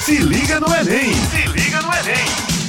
Se liga no Enem! Se liga no Enem!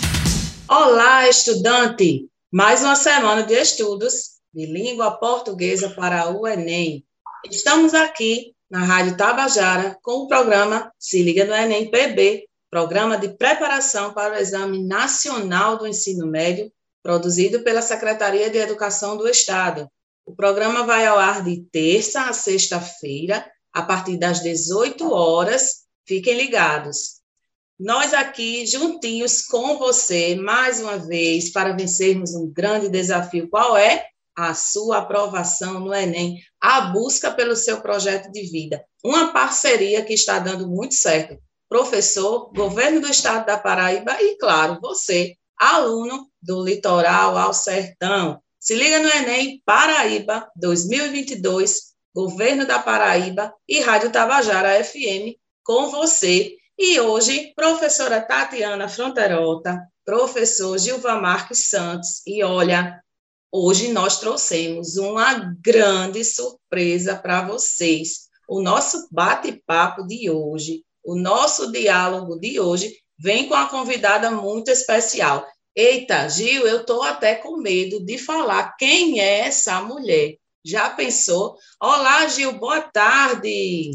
Olá, estudante! Mais uma semana de estudos de língua portuguesa para o Enem. Estamos aqui na Rádio Tabajara com o programa Se Liga no Enem PB, Programa de Preparação para o Exame Nacional do Ensino Médio, produzido pela Secretaria de Educação do Estado. O programa vai ao ar de terça a sexta-feira, a partir das 18 horas. Fiquem ligados. Nós aqui, juntinhos com você, mais uma vez, para vencermos um grande desafio. Qual é? A sua aprovação no Enem, a busca pelo seu projeto de vida. Uma parceria que está dando muito certo. Professor, Governo do Estado da Paraíba e, claro, você, aluno do Litoral ao Sertão. Se liga no Enem Paraíba 2022, Governo da Paraíba e Rádio Tabajara FM com você. E hoje, professora Tatiana Fronterota, professor Gilvan Marques Santos. E olha, hoje nós trouxemos uma grande surpresa para vocês. O nosso bate-papo de hoje, o nosso diálogo de hoje, vem com a convidada muito especial. Eita, Gil, eu estou até com medo de falar quem é essa mulher. Já pensou? Olá, Gil, boa tarde.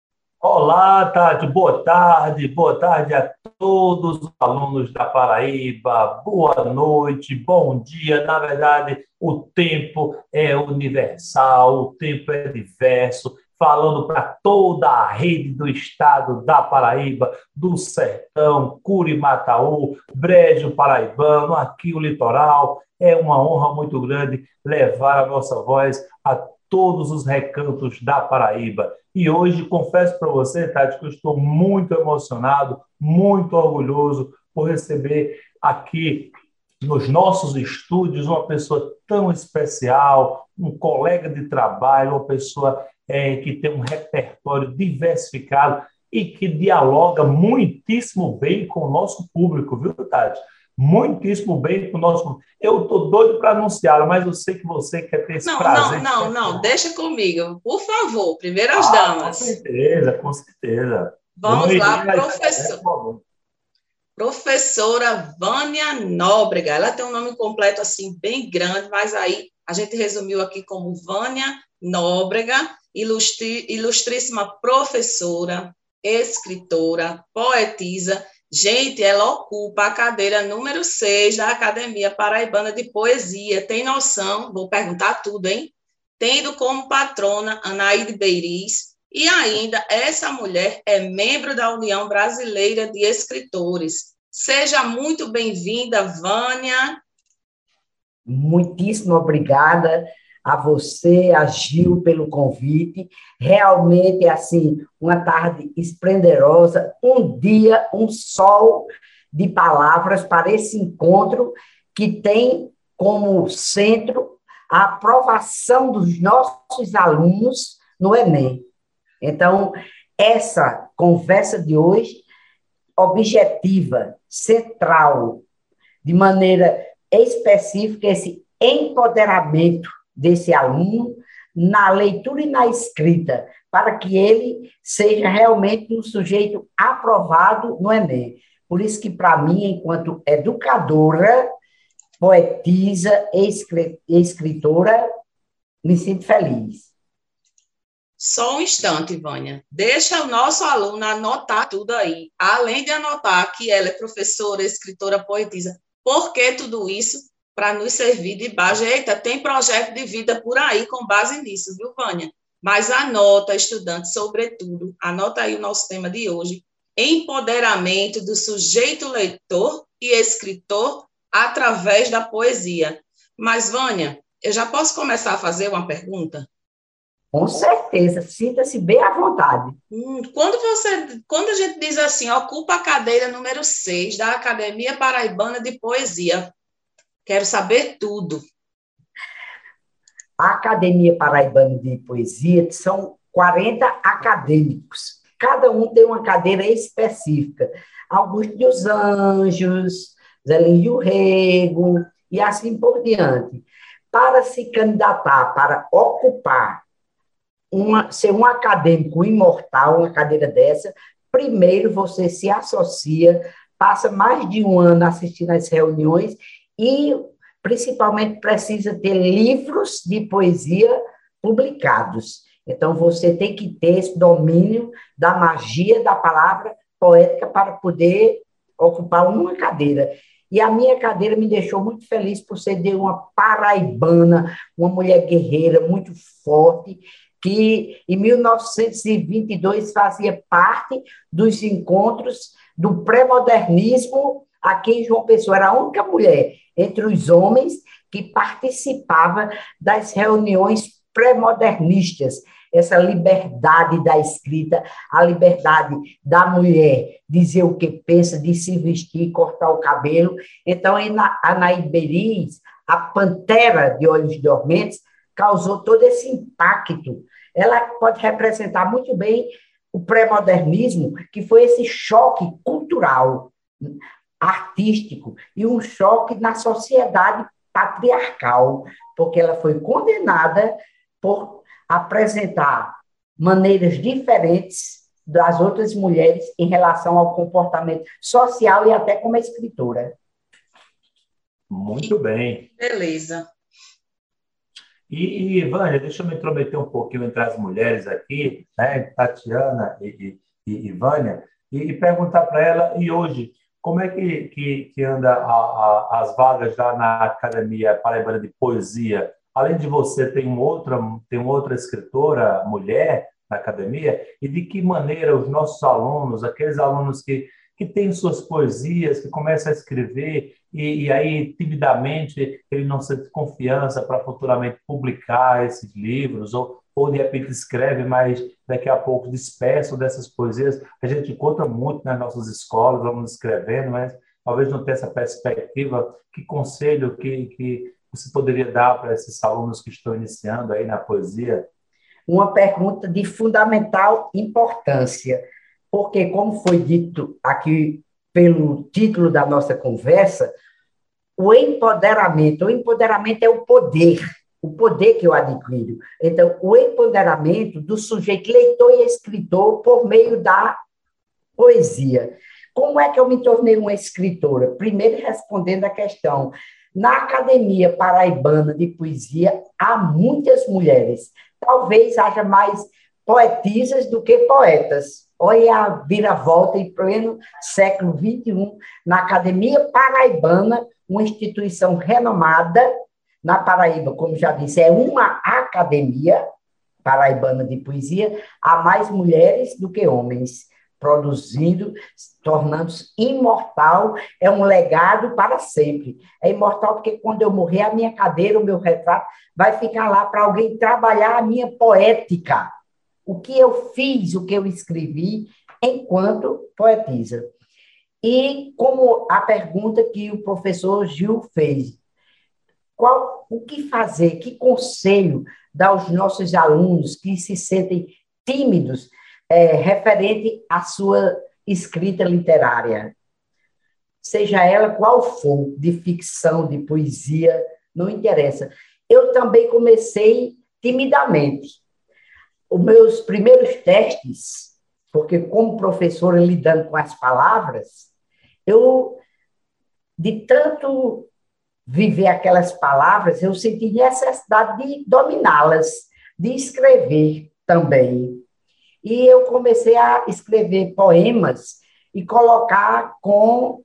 Olá, Tati, boa tarde a todos os alunos da Paraíba, boa noite, bom dia. Na verdade, o tempo é universal, o tempo é diverso, falando para toda a rede do estado da Paraíba, do Sertão, Curimataú, Brejo Paraibano, aqui o litoral. É uma honra muito grande levar a nossa voz a todos os recantos da Paraíba. E hoje, confesso para você, Tati, que eu estou muito emocionado, muito orgulhoso por receber aqui nos nossos estúdios uma pessoa tão especial, um colega de trabalho, uma pessoa que tem um repertório diversificado e que dialoga muitíssimo bem com o nosso público, viu, Tati? Muitíssimo bem com o nosso... Eu estou doido para anunciá-la, mas eu sei que você quer ter esse prazer. Não, deixa comigo. Por favor, primeiras damas. Com certeza. Vamos lá, professora Vânia Nóbrega. Ela tem um nome completo assim, bem grande, mas aí a gente resumiu aqui como Vânia Nóbrega, ilustríssima professora, escritora, poetisa. Gente, ela ocupa a cadeira número 6 da Academia Paraibana de Poesia. Tem noção? Vou perguntar tudo, hein? Tendo como patrona Anaíde Beiriz. E ainda, essa mulher é membro da União Brasileira de Escritores. Seja muito bem-vinda, Vânia. Muitíssimo obrigada a você, a Gil, pelo convite. Realmente, assim, uma tarde esplendorosa, um dia, um sol de palavras para esse encontro que tem como centro a aprovação dos nossos alunos no Enem. Então, essa conversa de hoje, objetiva, central, de maneira específica, esse empoderamento desse aluno na leitura e na escrita, para que ele seja realmente um sujeito aprovado no Enem. Por isso que, para mim, enquanto educadora, poetisa, escritora, me sinto feliz. Só um instante, Vânia. Deixa o nosso aluno anotar tudo aí. Além de anotar que ela é professora, escritora, poetisa. Por que tudo isso? Para nos servir de base. Eita, tem projeto de vida por aí com base nisso, viu, Vânia? Mas anota, estudante, sobretudo, anota aí o nosso tema de hoje, empoderamento do sujeito leitor e escritor através da poesia. Mas, Vânia, eu já posso começar a fazer uma pergunta? Com certeza, sinta-se bem à vontade. Quando a gente diz assim, ocupa a cadeira número 6 da Academia Paraibana de Poesia, quero saber tudo. A Academia Paraibana de Poesia são 40 acadêmicos. Cada um tem uma cadeira específica. Augusto dos Anjos, Zé Lins Rego, e assim por diante. Para se candidatar, para ocupar, ser um acadêmico imortal, uma cadeira dessa, primeiro você se associa, passa mais de um ano assistindo às reuniões e, principalmente, precisa ter livros de poesia publicados. Então, você tem que ter esse domínio da magia da palavra poética para poder ocupar uma cadeira. E a minha cadeira me deixou muito feliz por ser de uma paraibana, uma mulher guerreira, muito forte, que em 1922 fazia parte dos encontros do pré-modernismo aqui em João Pessoa. Era a única mulher entre os homens que participava das reuniões pré-modernistas. Essa liberdade da escrita, a liberdade da mulher dizer o que pensa, de se vestir, cortar o cabelo. Então, a Anaí Beriz, a Pantera de Olhos Dormentes, causou todo esse impacto. Ela pode representar muito bem o pré-modernismo, que foi esse choque cultural, artístico, e um choque na sociedade patriarcal, porque ela foi condenada por apresentar maneiras diferentes das outras mulheres em relação ao comportamento social e até como escritora. Muito bem. Beleza. E Vânia, deixa eu me intrometer um pouquinho entre as mulheres aqui, né? Tatiana e Vânia, e perguntar para ela, e hoje, como é que anda as vagas lá na Academia Paraibana de Poesia? Além de você, tem outra escritora, mulher, na academia? E de que maneira os nossos alunos, aqueles alunos que têm suas poesias, que começam a escrever, e aí, timidamente, ele não sente confiança para futuramente publicar esses livros, ou de repente escreve, mas daqui a pouco disperso dessas poesias. A gente encontra muito nas nossas escolas, vamos escrevendo, mas talvez não tenha essa perspectiva. Que conselho que você poderia dar para esses alunos que estão iniciando aí na poesia? Uma pergunta de fundamental importância, porque, como foi dito aqui pelo título da nossa conversa, o empoderamento é o poder que eu adquiro. Então, o empoderamento do sujeito leitor e escritor por meio da poesia. Como é que eu me tornei uma escritora? Primeiro, respondendo a questão, na Academia Paraibana de Poesia, há muitas mulheres. Talvez haja mais poetisas do que poetas. Olha a viravolta em pleno século XXI, na Academia Paraibana, uma instituição renomada na Paraíba, como já disse, é uma academia paraibana de poesia, há mais mulheres do que homens, produzindo, tornando-se imortal, é um legado para sempre. É imortal porque quando eu morrer, a minha cadeira, o meu retrato, vai ficar lá para alguém trabalhar a minha poética. O que eu fiz, o que eu escrevi enquanto poetisa. E como a pergunta que o professor Gil fez, o que fazer, que conselho dar aos nossos alunos que se sentem tímidos referente à sua escrita literária? Seja ela qual for, de ficção, de poesia, não interessa. Eu também comecei timidamente. Os meus primeiros testes, porque como professora lidando com as palavras, eu, de tanto viver aquelas palavras, eu senti necessidade de dominá-las, de escrever também. E eu comecei a escrever poemas e colocar com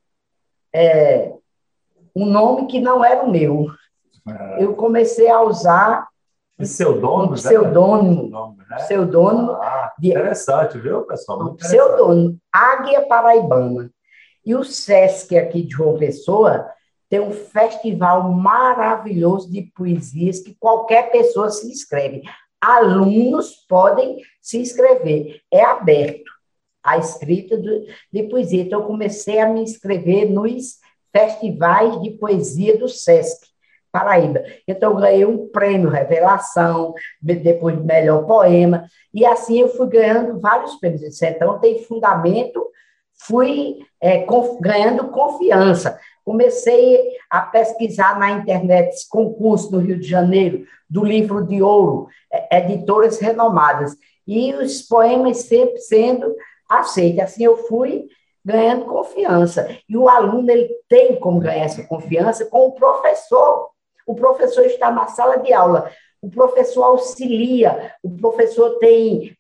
um nome que não era o meu. Eu comecei a usar pseudônimo, pseudônimo. Interessante, viu, pessoal? Muito pseudônimo, Águia Paraibana. E o SESC aqui de João Pessoa tem um festival maravilhoso de poesias que qualquer pessoa se inscreve. Alunos podem se inscrever. É aberto a escrita de poesia. Então, eu comecei a me inscrever nos festivais de poesia do SESC Paraíba. Então, eu ganhei um prêmio Revelação, depois melhor poema, e assim eu fui ganhando vários prêmios. Então, tem fundamento, fui ganhando confiança. Comecei a pesquisar na internet esse concurso no Rio de Janeiro, do Livro de Ouro, editoras renomadas, e os poemas sempre sendo aceite. Assim eu fui ganhando confiança. E o aluno, ele tem como ganhar essa confiança com o professor. O professor está na sala de aula, o professor auxilia, o professor tem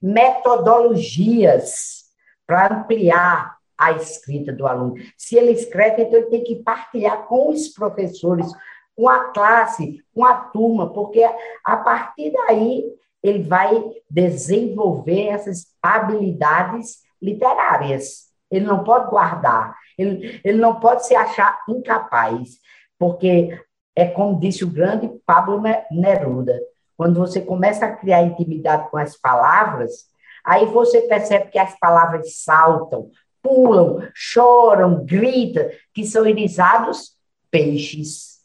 metodologias para ampliar a escrita do aluno. Se ele escreve, então ele tem que partilhar com os professores, com a classe, com a turma, porque a partir daí ele vai desenvolver essas habilidades literárias. Ele não pode guardar, ele não pode se achar incapaz, porque é como disse o grande Pablo Neruda, quando você começa a criar intimidade com as palavras, aí você percebe que as palavras saltam, pulam, choram, gritam, que são irisados peixes.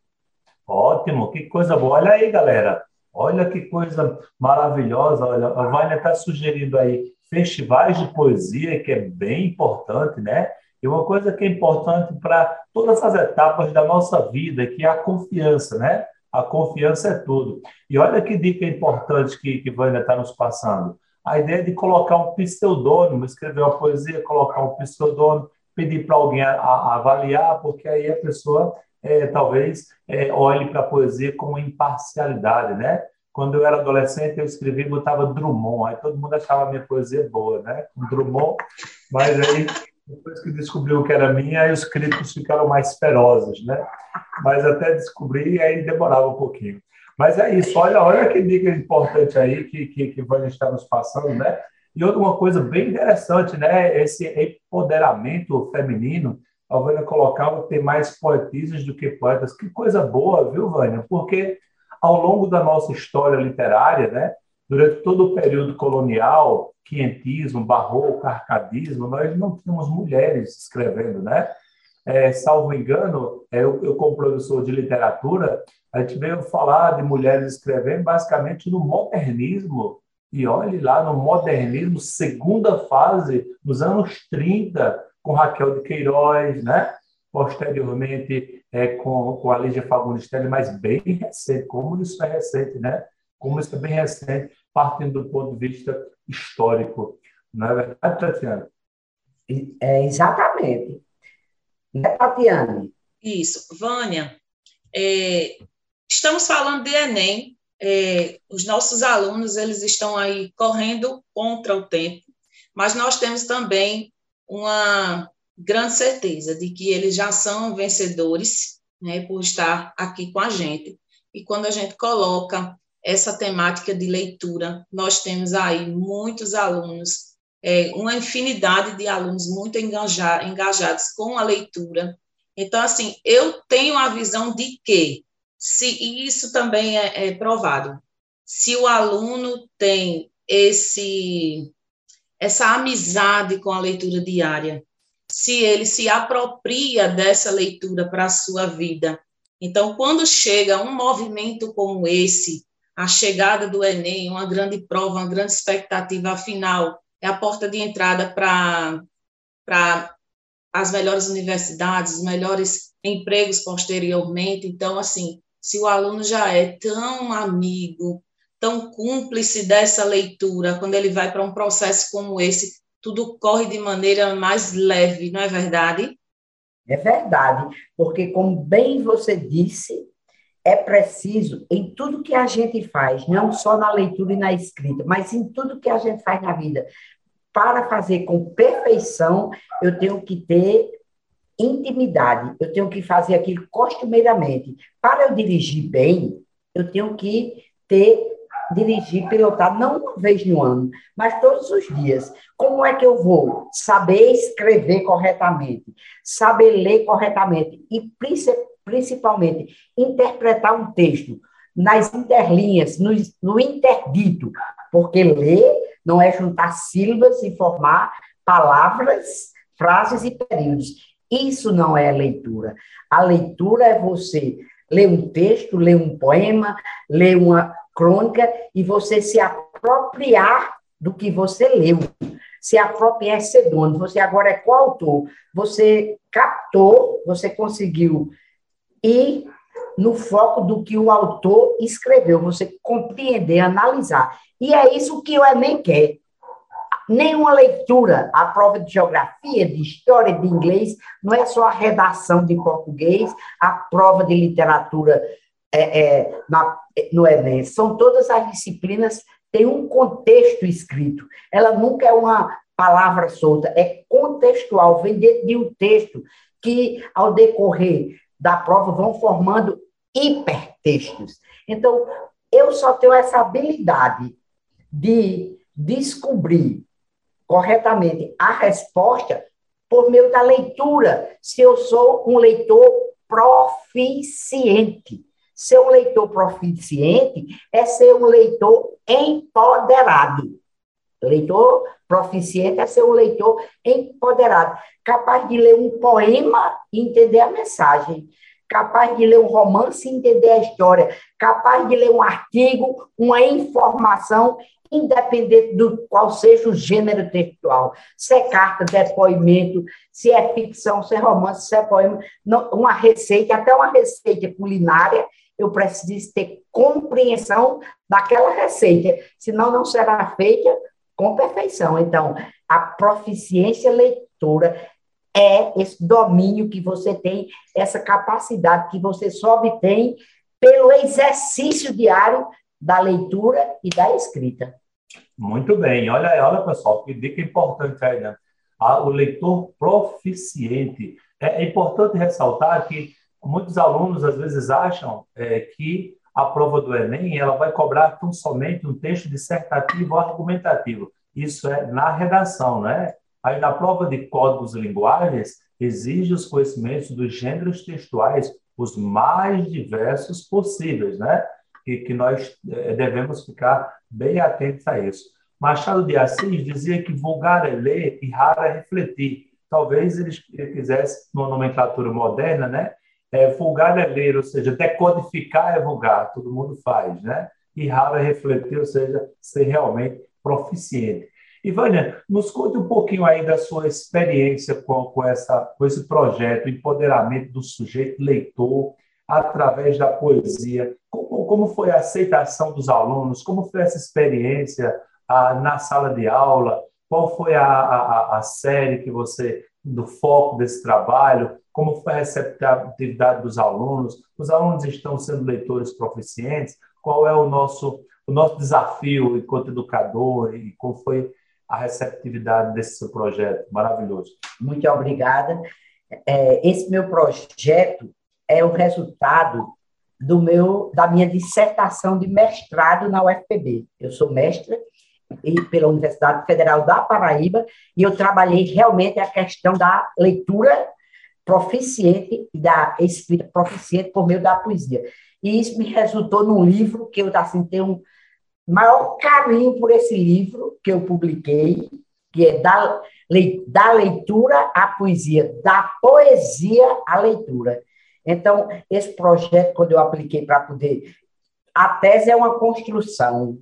Ótimo, que coisa boa. Olha aí, galera. Olha que coisa maravilhosa. Olha, a Vânia está sugerindo aí festivais de poesia, que é bem importante, né? E uma coisa que é importante para todas as etapas da nossa vida, que é a confiança, né? A confiança é tudo. E olha que dica importante que Vânia está nos passando. A ideia de colocar um pseudônimo, escrever uma poesia, colocar um pseudônimo, pedir para alguém a avaliar, porque aí a pessoa talvez olhe para a poesia com imparcialidade, né? Quando eu era adolescente, eu escrevia e botava Drummond, aí todo mundo achava a minha poesia boa, né? Drummond, mas aí, depois que descobriu que era minha, aí os críticos ficaram mais ferozes, né? Mas até descobrir, aí demorava um pouquinho. Mas é isso, olha que dica importante aí que Vânia está nos passando, né? E outra uma coisa bem interessante, né? Esse empoderamento feminino, a Vânia colocava ter mais poetisas do que poetas. Que coisa boa, viu, Vânia? Porque ao longo da nossa história literária, né? Durante todo o período colonial, quinhentismo, barroco, arcadismo, nós não tínhamos mulheres escrevendo, né? Salvo engano, eu como professor de literatura, a gente veio falar de mulheres escrevendo basicamente no modernismo. E olhe lá, no modernismo, segunda fase, nos anos 30, com Raquel de Queiroz, né? Posteriormente, com a Lígia Fagundes Telles, mas bem recente. Como isso é recente, né? Como isso é bem recente, partindo do ponto de vista histórico. Não é verdade, Tatiana? Exatamente. Né, Tatiane? Isso. Vânia, estamos falando de Enem. Os nossos alunos, eles estão aí correndo contra o tempo, mas nós temos também uma grande certeza de que eles já são vencedores, né, por estar aqui com a gente. E quando a gente coloca essa temática de leitura, nós temos aí muitos alunos, uma infinidade de alunos muito engajados com a leitura. Então, assim, eu tenho a visão de que, e isso também é provado, se o aluno tem essa amizade com a leitura diária, se ele se apropria dessa leitura para a sua vida. Então, quando chega um movimento como esse, a chegada do Enem, uma grande prova, uma grande expectativa, afinal, é a porta de entrada para as melhores universidades, os melhores empregos posteriormente. Então, assim, se o aluno já é tão amigo, tão cúmplice dessa leitura, quando ele vai para um processo como esse, tudo corre de maneira mais leve, não é verdade? É verdade, porque, como bem você disse, é preciso, em tudo que a gente faz, não só na leitura e na escrita, mas em tudo que a gente faz na vida, para fazer com perfeição, eu tenho que ter intimidade, eu tenho que fazer aquilo costumeiramente. Para eu dirigir bem, eu tenho que dirigir, pilotar, não uma vez no ano, mas todos os dias. Como é que eu vou saber escrever corretamente, saber ler corretamente e, principalmente, interpretar um texto nas interlinhas, no interdito, porque ler não é juntar sílabas e formar palavras, frases e períodos. Isso não é leitura. A leitura é você ler um texto, ler um poema, ler uma crônica e você se apropriar do que você leu. Se apropriar é ser dono. Você agora é coautor. Você captou, você conseguiu ir no foco do que o autor escreveu. Você compreender, analisar. E é isso que o Enem quer. nenhuma leitura. A prova de geografia, de história, de inglês, não é só a redação de português, a prova de literatura no Enem. São todas as disciplinas, tem um contexto escrito. Ela nunca é uma palavra solta, é contextual, vem dentro de um texto que, ao decorrer da prova, vão formando hipertextos. Então, eu só tenho essa habilidade de descobrir corretamente a resposta por meio da leitura, se eu sou um leitor proficiente. Ser um leitor proficiente é ser um leitor empoderado. Leitor proficiente é ser um leitor empoderado, capaz de ler um poema e entender a mensagem, capaz de ler um romance e entender a história, capaz de ler um artigo, uma informação, independente do qual seja o gênero textual. Se é carta, se é depoimento, se é ficção, se é romance, se é poema, uma receita, até uma receita culinária, eu preciso ter compreensão daquela receita, senão não será feita com perfeição. Então, a proficiência leitora é esse domínio que você tem, essa capacidade que você só obtém pelo exercício diário da leitura e da escrita. Muito bem. Olha, pessoal, que dica importante aí, né? O leitor proficiente. É importante ressaltar que muitos alunos, às vezes, acham que a prova do Enem ela vai cobrar tão somente um texto dissertativo ou argumentativo. Isso é na redação, né? Aí, na prova de códigos e linguagens, exige os conhecimentos dos gêneros textuais os mais diversos possíveis, né? E que nós devemos ficar bem atentos a isso. Machado de Assis dizia que vulgar é ler e raro é refletir. Talvez ele quisesse, numa nomenclatura moderna, né? Vulgar é ler, ou seja, decodificar é vulgar, todo mundo faz, né? E raro é refletir, ou seja, ser realmente proficiente. E, Vânia, nos conte um pouquinho aí da sua experiência com esse projeto, empoderamento do sujeito leitor, através da poesia. Como foi a aceitação dos alunos? Como foi essa experiência na sala de aula? Qual foi a série do foco desse trabalho? Como foi a receptividade dos alunos? Os alunos estão sendo leitores proficientes? Qual é o nosso desafio enquanto educador? E como foi a receptividade desse seu projeto? Maravilhoso. Muito obrigada. Esse meu projeto é o resultado da minha dissertação de mestrado na UFPB. Eu sou mestra pela Universidade Federal da Paraíba e eu trabalhei realmente a questão da leitura proficiente e da escrita proficiente por meio da poesia. E isso me resultou num livro que eu tenho um maior carinho por esse livro que eu publiquei, que é da leitura à poesia, da poesia à leitura. Então, esse projeto, quando eu apliquei para poder... A tese é uma construção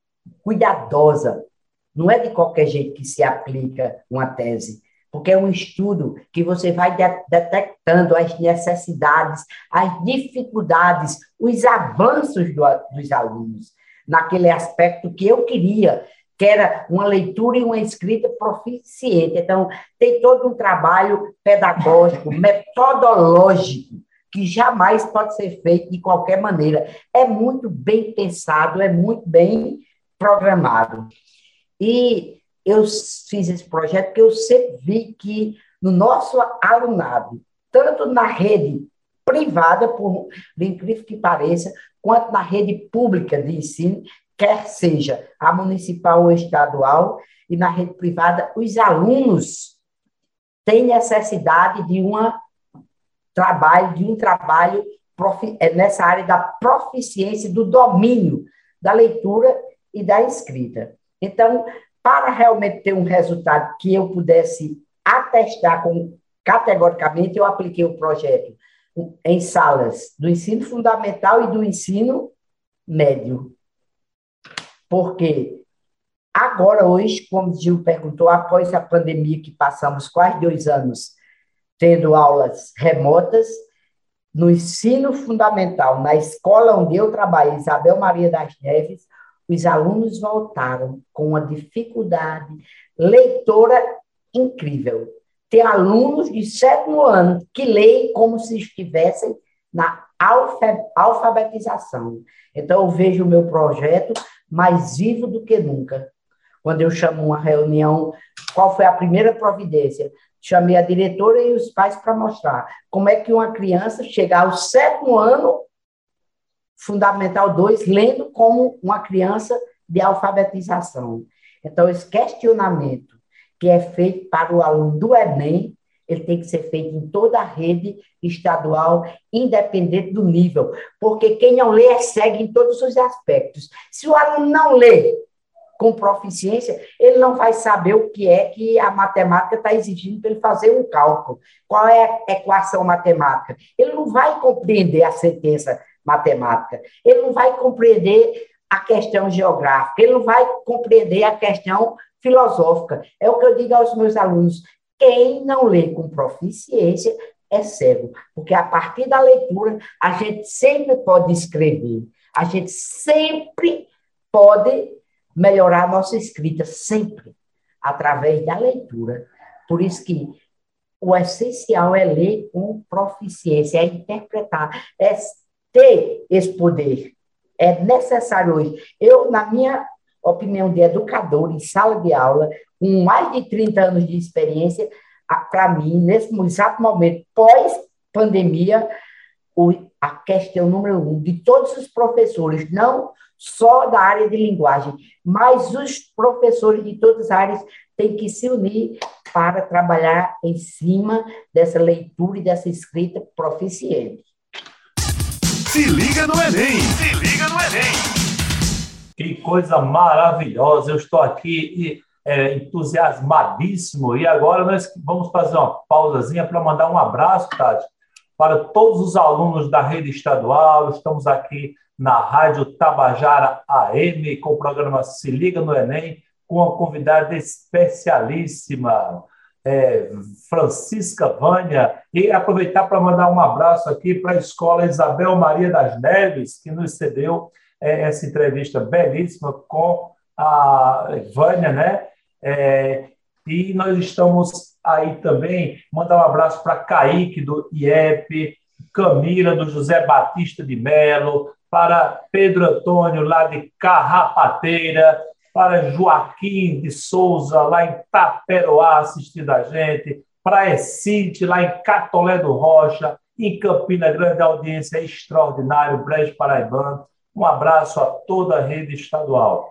cuidadosa. Não é de qualquer jeito que se aplica uma tese, porque é um estudo que você vai detectando as necessidades, as dificuldades, os avanços dos alunos, naquele aspecto que eu queria, que era uma leitura e uma escrita proficiente. Então, tem todo um trabalho pedagógico, metodológico, que jamais pode ser feito de qualquer maneira. É muito bem pensado, é muito bem programado. E eu fiz esse projeto porque eu sempre vi que no nosso alunado, tanto na rede privada, por incrível que pareça, quanto na rede pública de ensino, quer seja a municipal ou estadual, e na rede privada, os alunos têm necessidade de um trabalho nessa área da proficiência, do domínio da leitura e da escrita. Então, para realmente ter um resultado que eu pudesse atestar categoricamente, eu apliquei o projeto em salas do ensino fundamental e do ensino médio. Porque agora, hoje, como o Gil perguntou, após a pandemia que passamos quase 2 anos tendo aulas remotas, no ensino fundamental, na escola onde eu trabalho, Isabel Maria das Neves, os alunos voltaram com uma dificuldade leitora incrível. Tem alunos de 7º ano que leem como se estivessem na alfabetização. Então, eu vejo o meu projeto mais vivo do que nunca. Quando eu chamo uma reunião, qual foi a primeira providência? Chamei a diretora e os pais para mostrar como é que uma criança chega ao 7º ano, Fundamental 2, lendo como uma criança de alfabetização. Então, esse questionamento que é feito para o aluno do Enem, ele tem que ser feito em toda a rede estadual, independente do nível, porque quem não lê é cego em todos os aspectos. Se o aluno não lê com proficiência, ele não vai saber o que é que a matemática está exigindo para ele fazer um cálculo. Qual é a equação matemática? Ele não vai compreender a sentença matemática, ele não vai compreender a questão geográfica, ele não vai compreender a questão filosófica. É o que eu digo aos meus alunos: quem não lê com proficiência é cego, porque a partir da leitura a gente sempre pode escrever, a gente sempre pode melhorar a nossa escrita, sempre, através da leitura. Por isso que o essencial é ler com proficiência, é interpretar, é ter esse poder. É necessário hoje. Eu, na minha opinião de educador, em sala de aula, com mais de 30 anos de experiência, para mim, nesse exato momento, pós-pandemia, a questão número 1 de todos os professores, não só da área de linguagem, mas os professores de todas as áreas têm que se unir para trabalhar em cima dessa leitura e dessa escrita proficiente. Se liga no Enem! Se liga no Enem! Que coisa maravilhosa! Eu estou aqui entusiasmadíssimo, e agora nós vamos fazer uma pausazinha para mandar um abraço, Tati, para todos os alunos da rede estadual. Estamos aqui na Rádio Tabajara AM, com o programa Se Liga no Enem, com uma convidada especialíssima, Francisca Vânia, e aproveitar para mandar um abraço aqui para a Escola Isabel Maria das Neves, que nos cedeu essa entrevista belíssima com a Vânia, né? E nós estamos aí também, mandar um abraço para Kaique, do IEP, Camila, do José Batista de Melo, para Pedro Antônio, lá de Carrapateira, para Joaquim de Souza, lá em Taperoá, assistindo a gente, para Essinte, lá em Catolé do Rocha, em Campina Grande, a audiência extraordinária, Brejo Paraibano. Um abraço a toda a rede estadual.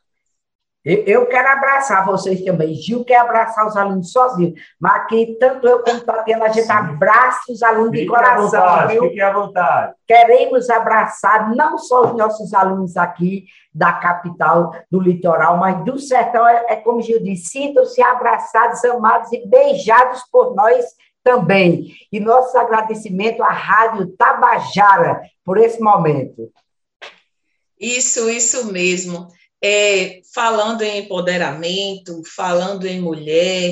Eu quero abraçar vocês também. Gil quer abraçar os alunos sozinho, mas aqui, tanto eu como Tatiana, a gente abraça os alunos de coração. Fiquem à vontade. Queremos abraçar não só os nossos alunos aqui da capital, do litoral, mas do sertão. É como Gil disse: sintam-se abraçados, amados e beijados por nós também. E nosso agradecimento à Rádio Tabajara por esse momento. Isso mesmo. Falando em empoderamento, falando em mulher,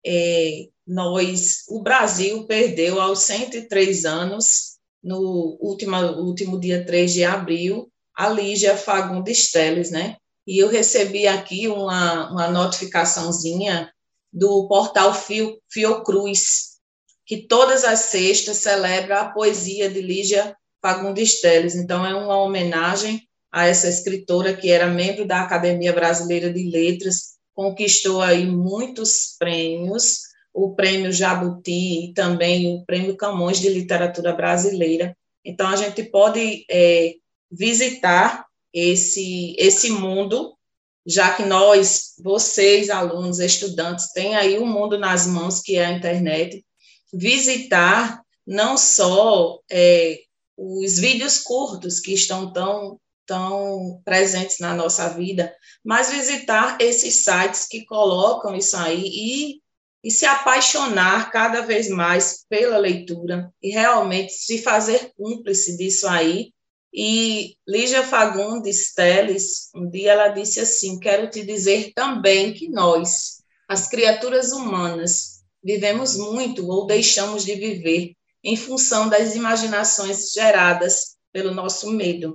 o Brasil perdeu aos 103 anos, no último dia 3 de abril, a Lígia Fagundes Teles, né? E eu recebi aqui uma notificaçãozinha do portal Fiocruz, que todas as sextas celebra a poesia de Lígia Fagundes Teles. Então, é uma homenagem a essa escritora que era membro da Academia Brasileira de Letras, conquistou aí muitos prêmios, o Prêmio Jabuti e também o Prêmio Camões de Literatura Brasileira. Então, a gente pode visitar esse mundo, já que vocês, alunos, estudantes, têm aí um mundo nas mãos, que é a internet, visitar não só os vídeos curtos que estão tão presentes na nossa vida, mas visitar esses sites que colocam isso aí e se apaixonar cada vez mais pela leitura e realmente se fazer cúmplice disso aí. E Lígia Fagundes Teles, um dia ela disse assim: quero te dizer também que nós, as criaturas humanas, vivemos muito ou deixamos de viver em função das imaginações geradas pelo nosso medo.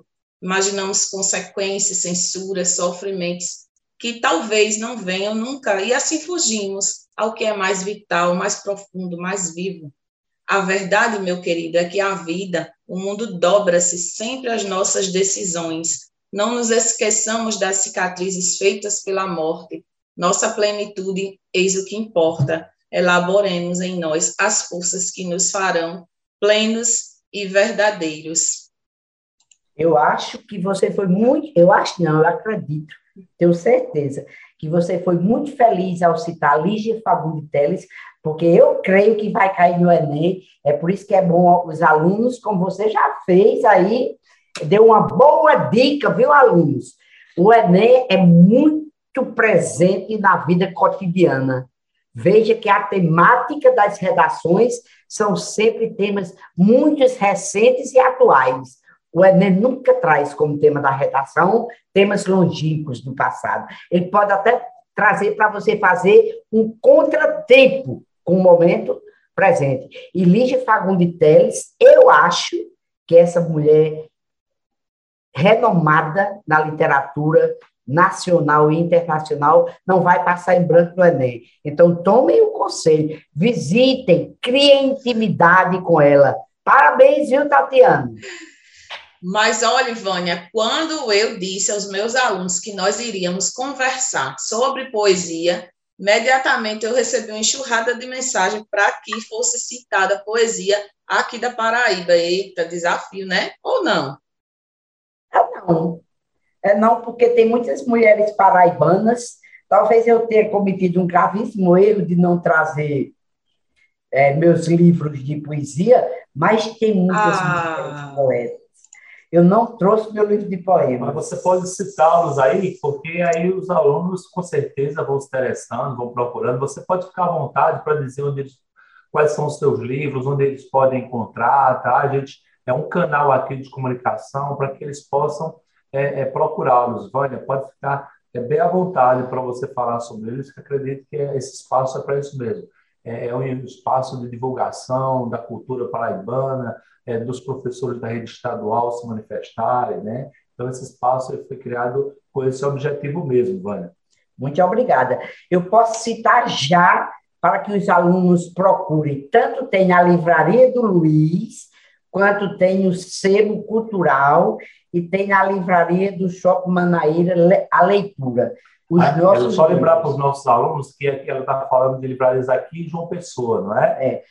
imaginamos consequências, censuras, sofrimentos que talvez não venham nunca, e assim fugimos ao que é mais vital, mais profundo, mais vivo. A verdade, meu querido, é que a vida, o mundo dobra-se sempre às nossas decisões. Não nos esqueçamos das cicatrizes feitas pela morte. Nossa plenitude, eis o que importa. Elaboremos em nós as forças que nos farão plenos e verdadeiros. Eu acho que você foi muito, eu acho não, eu acredito, tenho certeza, que você foi muito feliz ao citar Lígia Fagundes Telles, porque eu creio que vai cair no Enem, é por isso que é bom os alunos, como você já fez aí, deu uma boa dica, viu, alunos? O Enem é muito presente na vida cotidiana. Veja que a temática das redações são sempre temas muito recentes e atuais. O Enem nunca traz como tema da redação temas longínquos do passado. Ele pode até trazer para você fazer um contratempo com o momento presente. E Lígia Fagundes Telles, eu acho que essa mulher renomada na literatura nacional e internacional não vai passar em branco no Enem. Então, tomem o conselho, visitem, criem intimidade com ela. Parabéns, viu, Tatiana? Mas olha, Vânia, quando eu disse aos meus alunos que nós iríamos conversar sobre poesia, imediatamente eu recebi uma enxurrada de mensagem para que fosse citada a poesia aqui da Paraíba. Eita, desafio, né? Ou não? Não. Não, porque tem muitas mulheres paraibanas. Talvez eu tenha cometido um gravíssimo erro de não trazer meus livros de poesia, mas tem muitas mulheres poetas. Eu não trouxe meu livro de poemas. Mas você pode citá-los aí, porque aí os alunos com certeza vão se interessando, vão procurando. Você pode ficar à vontade para dizer quais são os seus livros, onde eles podem encontrar, tá? A gente é um canal aqui de comunicação para que eles possam procurá-los. Vânia, pode ficar bem à vontade para você falar sobre eles, que acredito que esse espaço é para isso mesmo. É um espaço de divulgação da cultura paraibana, dos professores da rede estadual se manifestarem, né? Então, esse espaço foi criado com esse objetivo mesmo, Vânia. Muito obrigada. Eu posso citar já para que os alunos procurem. Tanto tem a Livraria do Luiz, quanto tem o Sebo Cultural e tem a Livraria do Shopping Manaíra, a leitura. Eu só lembrar para os nossos alunos que ela está falando de livrarias aqui em João Pessoa, não é?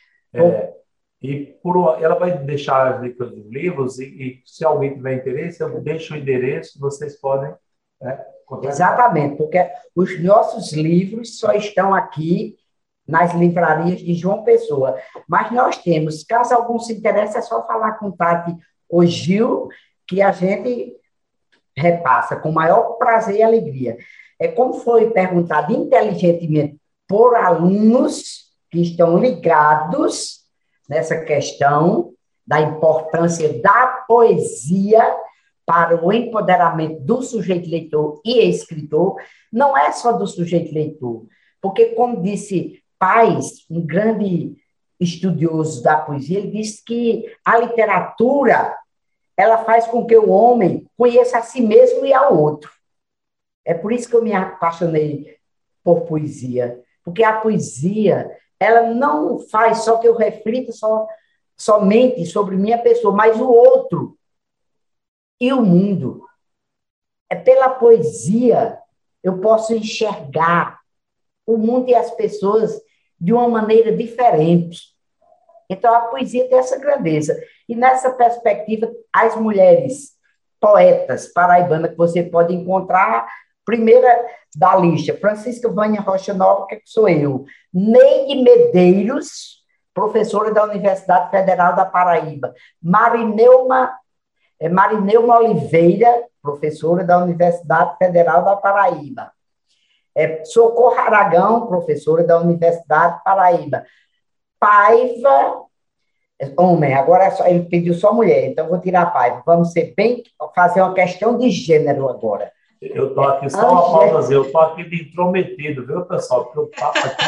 Ela vai deixar as dicas dos livros e se alguém tiver interesse, eu deixo o endereço, vocês podem contactar. Exatamente, porque os nossos livros só estão aqui nas livrarias de João Pessoa. Mas nós temos, caso algum se interesse, é só falar com Tati ou Gil, que a gente repassa com o maior prazer e alegria. Como foi perguntado inteligentemente por alunos que estão ligados nessa questão da importância da poesia para o empoderamento do sujeito leitor e escritor, não é só do sujeito leitor, porque, como disse Paz, um grande estudioso da poesia, ele disse que a literatura ela faz com que o homem conheça a si mesmo e ao outro. É por isso que eu me apaixonei por poesia, porque a poesia ela não faz só que eu reflita somente sobre minha pessoa, mas o outro e o mundo. Pela poesia eu posso enxergar o mundo e as pessoas de uma maneira diferente. Então, a poesia tem essa grandeza. E, nessa perspectiva, as mulheres poetas paraibanas que você pode encontrar, primeira da lista, Francisca Vânia Rocha Nova, que sou eu, Neide Medeiros, professora da Universidade Federal da Paraíba, Marineuma Oliveira, professora da Universidade Federal da Paraíba, Socorro Aragão, professora da Universidade Paraíba, Paiva, homem, agora ele pediu só mulher, então vou tirar a Paiva. Vamos fazer uma questão de gênero agora. Eu estou aqui só uma pausazinha, eu estou aqui de intrometido, viu, pessoal? Porque o papo aqui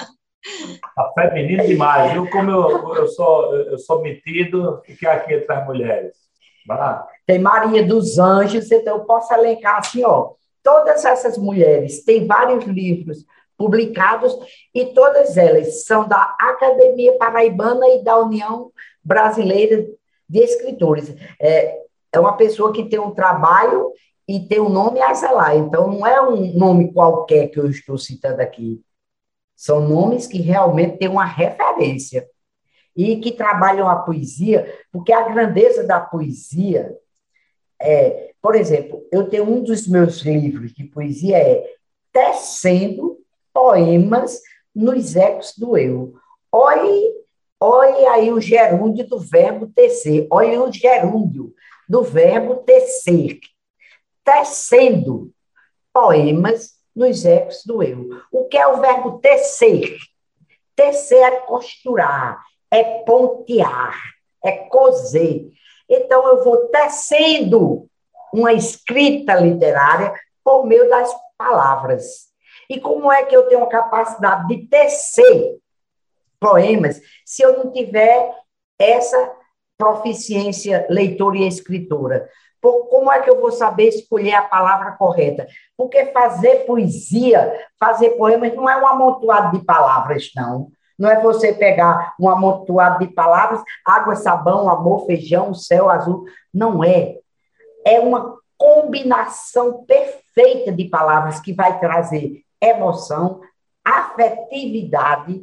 tá feminino demais, viu? Como eu sou metido, fiquei aqui entre as mulheres. Tem Maria dos Anjos, então eu posso elencar assim, ó, todas essas mulheres têm vários livros publicados e todas elas são da Academia Paraibana e da União Brasileira de Escritores. É uma pessoa que tem um trabalho e tem um nome a zelar, então não é um nome qualquer que eu estou citando aqui. São nomes que realmente têm uma referência e que trabalham a poesia, porque a grandeza da poesia por exemplo, eu tenho um dos meus livros de poesia Tecendo Poemas nos Ecos do Eu. Olhe aí o gerúndio do verbo tecer, olhe o gerúndio do verbo tecer. Tecendo poemas nos ecos do eu. O que é o verbo tecer? Tecer é costurar, é pontear, é coser. Então, eu vou tecendo uma escrita literária por meio das palavras. E como é que eu tenho a capacidade de tecer poemas se eu não tiver essa proficiência leitora e escritora? Como é que eu vou saber escolher a palavra correta? Porque fazer poesia, fazer poemas, não é um amontoado de palavras, não. Não é você pegar um amontoado de palavras, água, sabão, amor, feijão, céu azul. Não é. É uma combinação perfeita de palavras que vai trazer emoção, afetividade,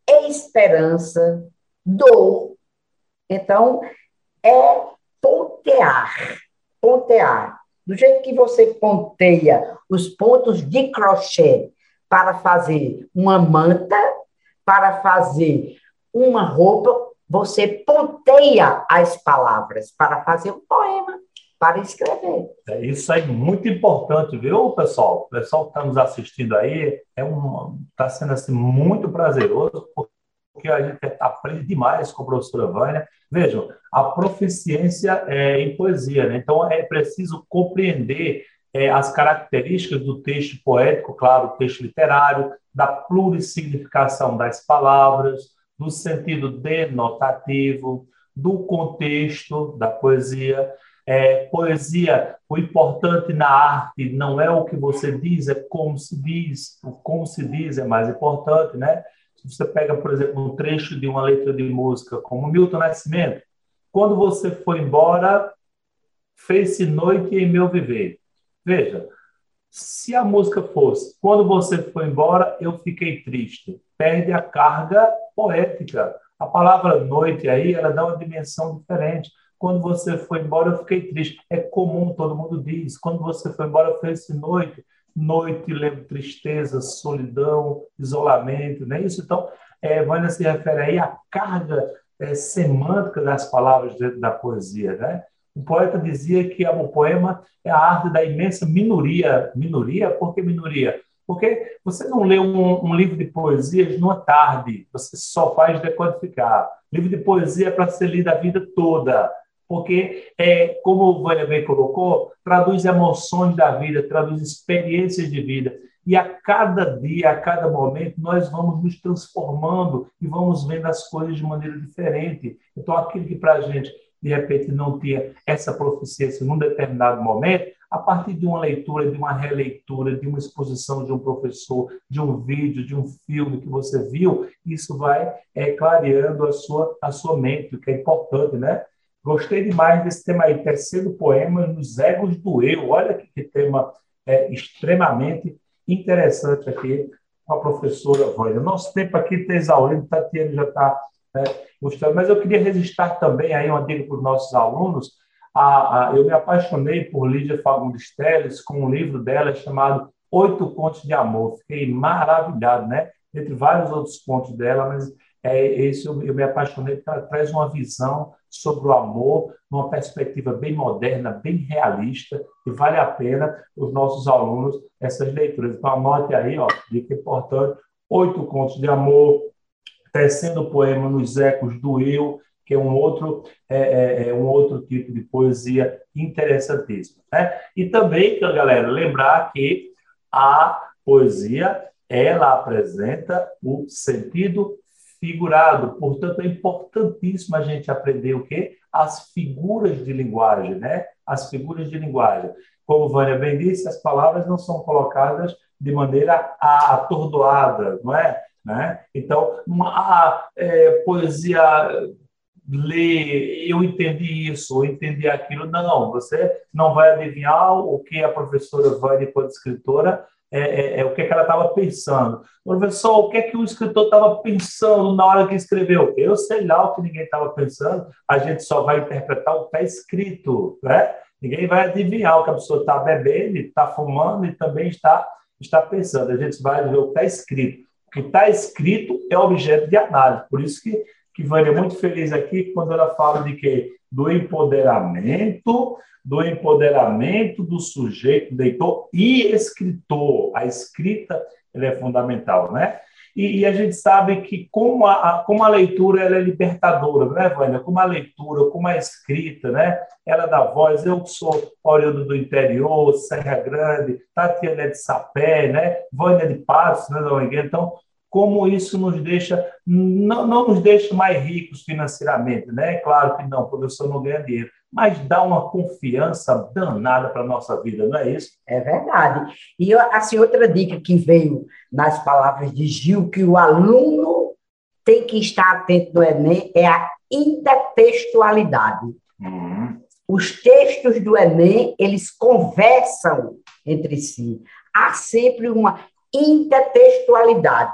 esperança, dor. Então, é pontear. Pontear. Do jeito que você ponteia os pontos de crochê para fazer uma manta, para fazer uma roupa, você ponteia as palavras para fazer um poema, para escrever. Isso aí é muito importante, viu, pessoal? O pessoal que está nos assistindo aí, está sendo assim, muito prazeroso, porque a gente aprende demais com a professora Vânia. Vejam, a proficiência em poesia, né? Então, é preciso compreender as características do texto poético, claro, o texto literário, da plurissignificação das palavras, do sentido denotativo, do contexto da poesia. Poesia, o importante na arte não é o que você diz, é como se diz. O como se diz é mais importante, né? Se você pega, por exemplo, um trecho de uma letra de música, como Milton Nascimento, quando você foi embora, fez-se noite em meu viver. Veja, se a música fosse quando você foi embora, eu fiquei triste, perde a carga poética. A palavra noite aí, ela dá uma dimensão diferente. Quando você foi embora, eu fiquei triste. É comum, todo mundo diz. Quando você foi embora, fez-se noite. Noite, lembro tristeza, solidão, isolamento, não é isso? Então, Vânia se refere aí à carga semântica das palavras dentro da poesia, né? O poeta dizia que o poema é a arte da imensa minoria. Minoria? Por que minoria? Porque você não lê um livro de poesias numa tarde, você só faz decodificar. Livro de poesia é para ser lido a vida toda, porque, como o Vânia bem colocou, traduz emoções da vida, traduz experiências de vida. E a cada dia, a cada momento, nós vamos nos transformando e vamos vendo as coisas de maneira diferente. Então, aquilo que para a gente, de repente, não tinha essa proficiência num determinado momento, a partir de uma leitura, de uma releitura, de uma exposição de um professor, de um vídeo, de um filme que você viu, isso vai clareando a sua mente, o que é importante, né? Gostei demais desse tema aí, tecendo poemas nos egos do eu. Olha que tema extremamente interessante aqui com a professora Vânia. Nosso tempo aqui está exaurindo, Tatiana já está gostando, mas eu queria registrar também aí uma dica para os nossos alunos. Eu me apaixonei por Lídia Fagundes Telles com um livro dela chamado 8 Contos de Amor. Fiquei maravilhado, né? Entre vários outros contos dela, mas esse eu me apaixonei porque ela traz uma visão sobre o amor, numa perspectiva bem moderna, bem realista, e vale a pena os nossos alunos essas leituras. Então, anote aí, ó, dica importante, 8 Contos de Amor, Tecendo Poema nos Ecos do Eu, que é um outro tipo de poesia interessantíssima, né? E também, galera, lembrar que a poesia, ela apresenta o sentido figurado. Portanto, é importantíssimo a gente aprender o quê? As figuras de linguagem, né? As figuras de linguagem. Como Vânia bem disse, as palavras não são colocadas de maneira atordoada, não é? Né? Então, poesia, ler, eu entendi isso, eu entendi aquilo. Não, você não vai adivinhar o que a professora Vânia, enquanto escritora, o que ela estava pensando. Professor, o que é que o escritor estava pensando na hora que escreveu? Eu sei lá o que ninguém estava pensando, a gente só vai interpretar o que está escrito, né? Ninguém vai adivinhar o que a pessoa está bebendo, está fumando e também está pensando. A gente vai ver o que está escrito. O que está escrito é objeto de análise. Por isso que Vânia é muito feliz aqui quando ela fala de quê? Do empoderamento do sujeito, leitor e escritor. A escrita ela é fundamental, né? E a gente sabe que como a leitura ela é libertadora, né, Vânia? Como a leitura, como a escrita, né? Ela dá voz. Eu que sou oriundo do interior, Serra Grande, Tatiana é de Sapé, né? Vânia de Passos, né, da Mangueira. Então, como isso nos deixa, não nos deixa mais ricos financeiramente, né? Claro que não, o professor não ganha dinheiro, mas dá uma confiança danada para a nossa vida, não é isso? É verdade. E, assim, outra dica que veio nas palavras de Gil, que o aluno tem que estar atento no Enem, é a intertextualidade. Os textos do Enem, eles conversam entre si. Há sempre uma intertextualidade.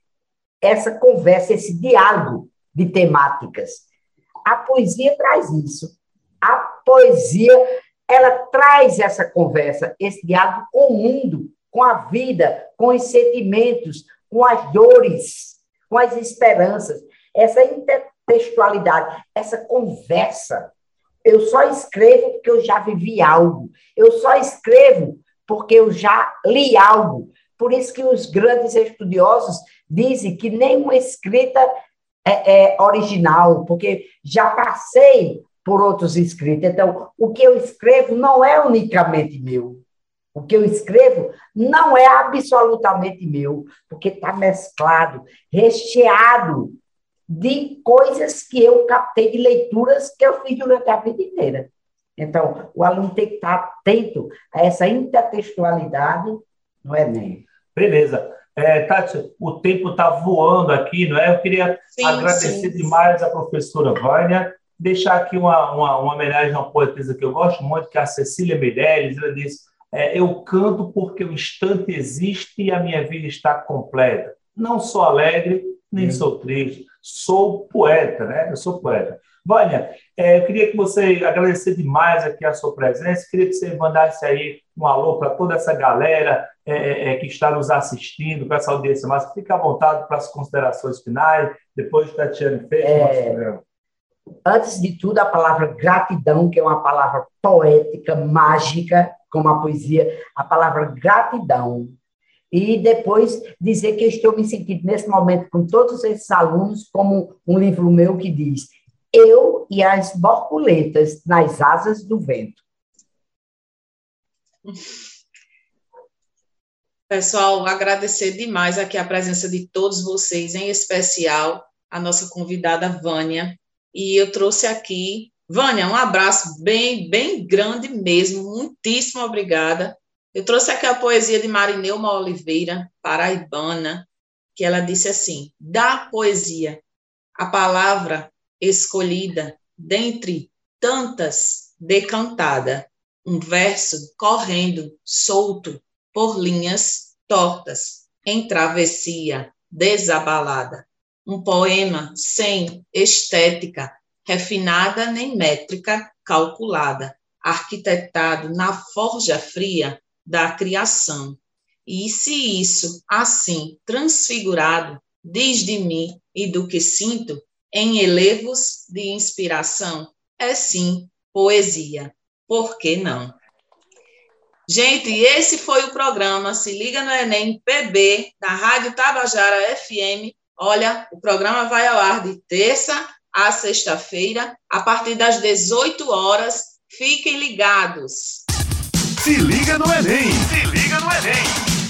Essa conversa, esse diálogo de temáticas. A poesia traz isso. A poesia, ela traz essa conversa, esse diálogo com o mundo, com a vida, com os sentimentos, com as dores, com as esperanças. Essa intertextualidade, essa conversa. Eu só escrevo porque eu já vivi algo. Eu só escrevo porque eu já li algo. Por isso que os grandes estudiosos dizem que nenhuma escrita é original, porque já passei por outros escritos. Então, o que eu escrevo não é unicamente meu. O que eu escrevo não é absolutamente meu, porque está mesclado, recheado de coisas que eu captei, de leituras que eu fiz durante a vida inteira. Então, o aluno tem que estar atento a essa intertextualidade no Enem. Beleza. Tati, o tempo está voando aqui, não é? Eu queria agradecer demais a professora Vânia, deixar aqui uma homenagem a uma poetisa que eu gosto muito, que é a Cecília Meirelles. Ela disse, eu canto porque o instante existe e a minha vida está completa. Não sou alegre, nem sou triste. Sou poeta, né? Eu sou poeta. Vânia, eu queria que você agradecer demais aqui a sua presença, queria que você mandasse aí um alô para toda essa galera que está nos assistindo, para essa audiência, mas fica à vontade para as considerações finais, depois de Tatiana fecha o nosso programa. Antes de tudo, a palavra gratidão, que é uma palavra poética, mágica, como a poesia, a palavra gratidão. E depois dizer que eu estou me sentindo, nesse momento, com todos esses alunos, como um livro meu que diz: Eu e as borboletas nas asas do vento. Pessoal, agradecer demais aqui a presença de todos vocês, em especial a nossa convidada Vânia. E eu trouxe aqui, Vânia, um abraço bem, bem grande mesmo, muitíssimo obrigada. Eu trouxe aqui a poesia de Marineuma Oliveira, paraibana, que ela disse assim: da poesia, a palavra escolhida, dentre tantas decantada, um verso correndo, solto, por linhas tortas, em travessia desabalada, um poema sem estética, refinada nem métrica calculada, arquitetado na forja fria da criação. E se isso, assim, transfigurado, diz de mim e do que sinto, em elevos de inspiração, é sim poesia. Por que não? Gente, esse foi o programa Se Liga no Enem PB, da Rádio Tabajara FM. Olha, o programa vai ao ar de terça a sexta-feira, a partir das 18 horas. Fiquem ligados. Se liga no Enem! Se liga no Enem!